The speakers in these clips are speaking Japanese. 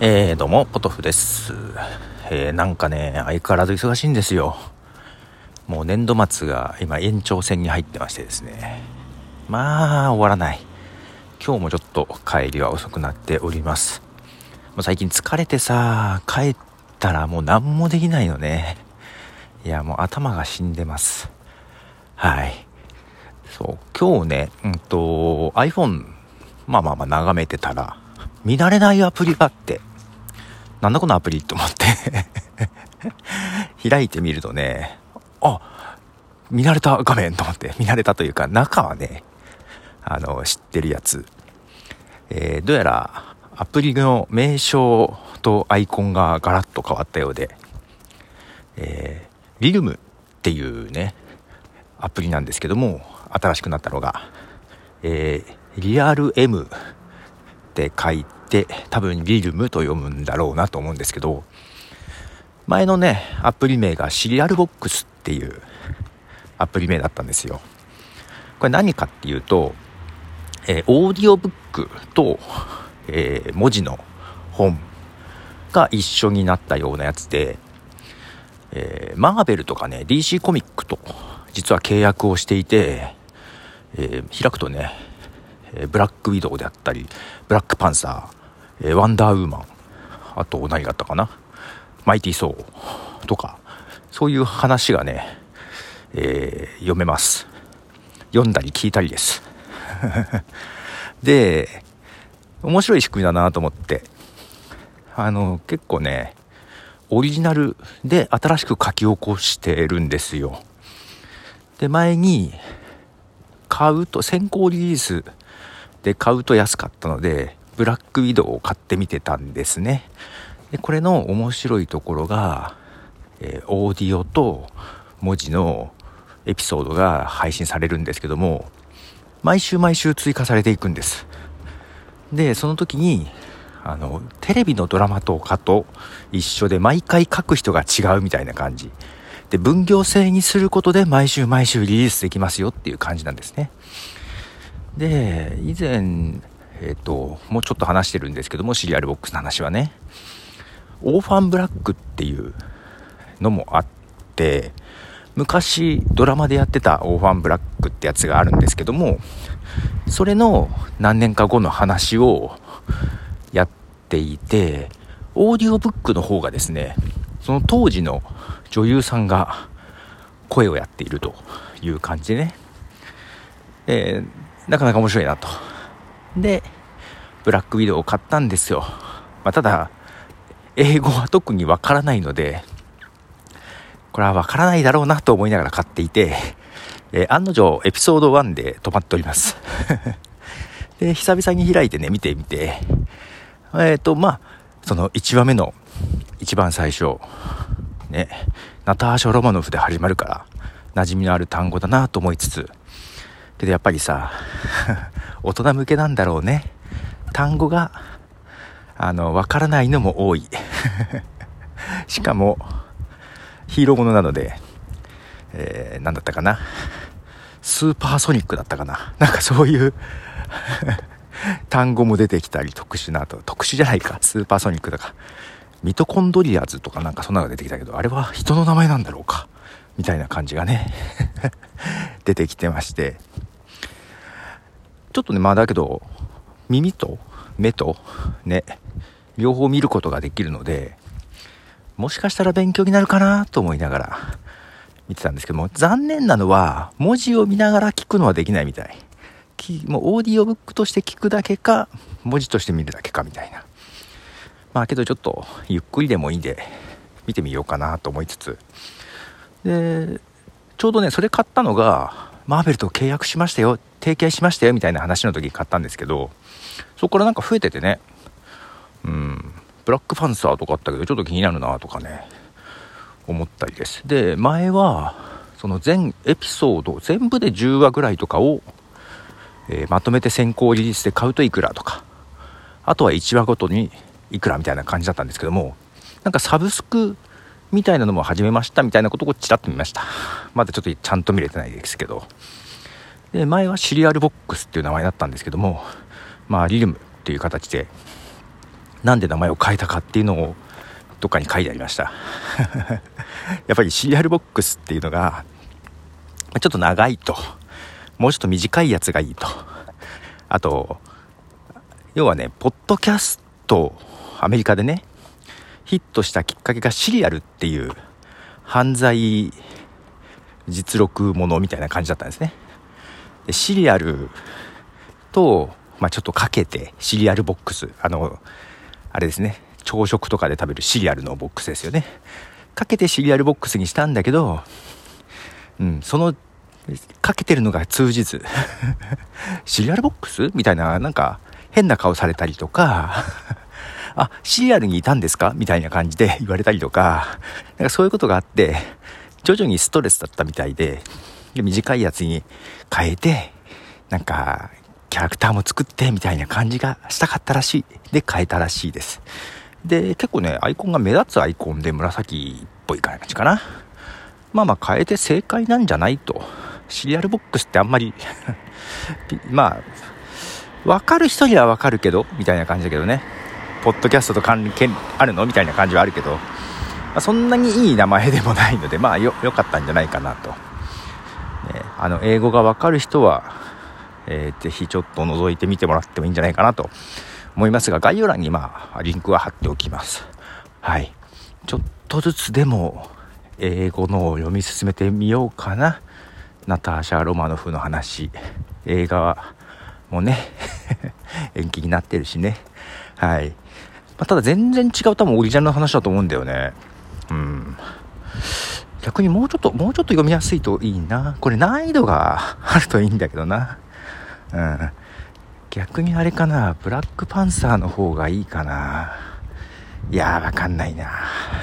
どうもポトフです。なんかね相変わらず忙しいんですよ。もう年度末が今延長戦に入ってましてですね、まあ終わらない。今日もちょっと帰りは遅くなっております。もう最近疲れてさ、帰ったらもう何もできないのね。いやもう頭が死んでます。はい。そう今日ねiPhone 眺めてたら見慣れないアプリがあって、なんだこのアプリと思って開いてみるとね、見慣れた画面と思って、見慣れたというか中はね知ってるやつ、どうやらアプリの名称とアイコンがガラッと変わったようで、リルムっていうねアプリなんですけども、新しくなったのが、リアル M って書いて多分リルムと読むんだろうなと思うんですけど、前のねアプリ名がシリアルボックスっていうアプリ名だったんですよ。これ何かっていうと、オーディオブックと、文字の本が一緒になったようなやつで、マーベルとかね DC コミックと実は契約をしていて、開くとねブラックウィドウであったりブラックパンサー、ワンダーウーマン、あと何があったかな、マイティーソーとか、そういう話がね、読めます。読んだり聞いたりですで面白い仕組みだなと思って、結構ねオリジナルで新しく書き起こしてるんですよ。で前に買うと先行リリースで買うと安かったのでブラックウィドウを買ってみてたんですね。でこれの面白いところが、オーディオと文字のエピソードが配信されるんですけども、毎週追加されていくんです。でその時にテレビのドラマとかと一緒で毎回書く人が違うみたいな感じで、分業制にすることで毎週リリースできますよっていう感じなんですね。で以前もうちょっと話してるんですけども、シリアルボックスの話はね、オーファンブラックっていうのもあって、昔ドラマでやってたオーファンブラックってやつがあるんですけども、それの何年か後の話をやっていて、オーディオブックの方がですね、その当時の女優さんが声をやっているという感じでね、なかなか面白いなと。でブラックウィドウを買ったんですよ。ただ英語は特にわからないので、これはわからないだろうなと思いながら買っていて、案の定エピソード1で止まっておりますで久々に開いてね見てみて、その1話目の一番最初ね、ナターシャ・ロマノフで始まるから馴染みのある単語だなと思いつつ、けどやっぱりさ大人向けなんだろうね。単語がわからないのも多いしかもヒーローものなので、なんだったかな、スーパーソニックだったかな、なんかそういう単語も出てきたり、特殊じゃないか、スーパーソニックだかミトコンドリアズとかなんかそんなのが出てきたけど、あれは人の名前なんだろうかみたいな感じがね出てきてまして、ちょっとねだけど耳と目とね両方見ることができるので、もしかしたら勉強になるかなと思いながら見てたんですけども、残念なのは文字を見ながら聞くのはできないみたい。もうオーディオブックとして聞くだけか文字として見るだけかみたいな。けどちょっとゆっくりでもいいんで見てみようかなと思いつつ、でちょうどねそれ買ったのがマーベルと契約しましたよ、提携しましたよみたいな話の時に買ったんですけど、そこからなんか増えててね、ブラックパンサーとかあったけどちょっと気になるなとかね思ったりです。で前はその全エピソード全部で10話ぐらいとかを、まとめて先行リリースで買うといくらとか、あとは1話ごとにいくらみたいな感じだったんですけども、なんかサブスクみたいなのも始めましたみたいなことをちらっと見ました。まだちょっとちゃんと見れてないですけど、で前はシリアルボックスっていう名前だったんですけども、リルムっていう形でなんで名前を変えたかっていうのをどっかに書いてありましたやっぱりシリアルボックスっていうのがちょっと長いと、もうちょっと短いやつがいいと、あと要はね、ポッドキャストアメリカでねヒットしたきっかけがシリアルっていう犯罪実録ものみたいな感じだったんですね。でシリアルと、ちょっとかけてシリアルボックス、あれですね、朝食とかで食べるシリアルのボックスですよね。かけてシリアルボックスにしたんだけど、そのかけてるのが通じずシリアルボックスみたいな、なんか変な顔されたりとかあ、シリアルにいたんですかみたいな感じで言われたりとか、なんかそういうことがあって徐々にストレスだったみたいで、短いやつに変えて、なんかキャラクターも作ってみたいな感じがしたかったらしい。で変えたらしいです。で結構ね、アイコンが目立つアイコンで紫っぽい感じかな。変えて正解なんじゃないと。シリアルボックスってあんまり分かる人には分かるけどみたいな感じだけどね、ポッドキャストと関係あるのみたいな感じはあるけど、そんなにいい名前でもないので、よかったんじゃないかなと、英語が分かる人は、ぜひちょっと覗いてみてもらってもいいんじゃないかなと思いますが、概要欄にリンクは貼っておきます。はい、ちょっとずつでも英語のを読み進めてみようかな。ナターシャ・ロマノフの話、映画もね延期になってるしね。はい、ただ全然違う多分オリジナルの話だと思うんだよね。逆にもうちょっと読みやすいといいな。これ難易度があるといいんだけどな。逆にあれかな、ブラックパンサーの方がいいかな。いやわかんないな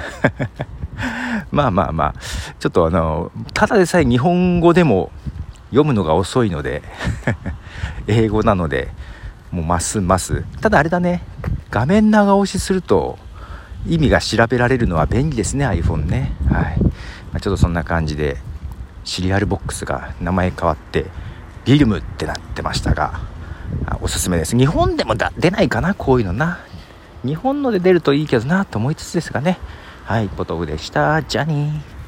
ちょっとただでさえ日本語でも読むのが遅いので英語なのでもうますただあれだね、画面長押しすると意味が調べられるのは便利ですね、 iPhone ね。はい、ちょっとそんな感じでシリアルボックスが名前変わってビルムってなってましたが、おすすめです。日本でも出ないかな、こういうのな。日本ので出るといいけどなと思いつつですがね。はい、ポトフでした。じゃあねー。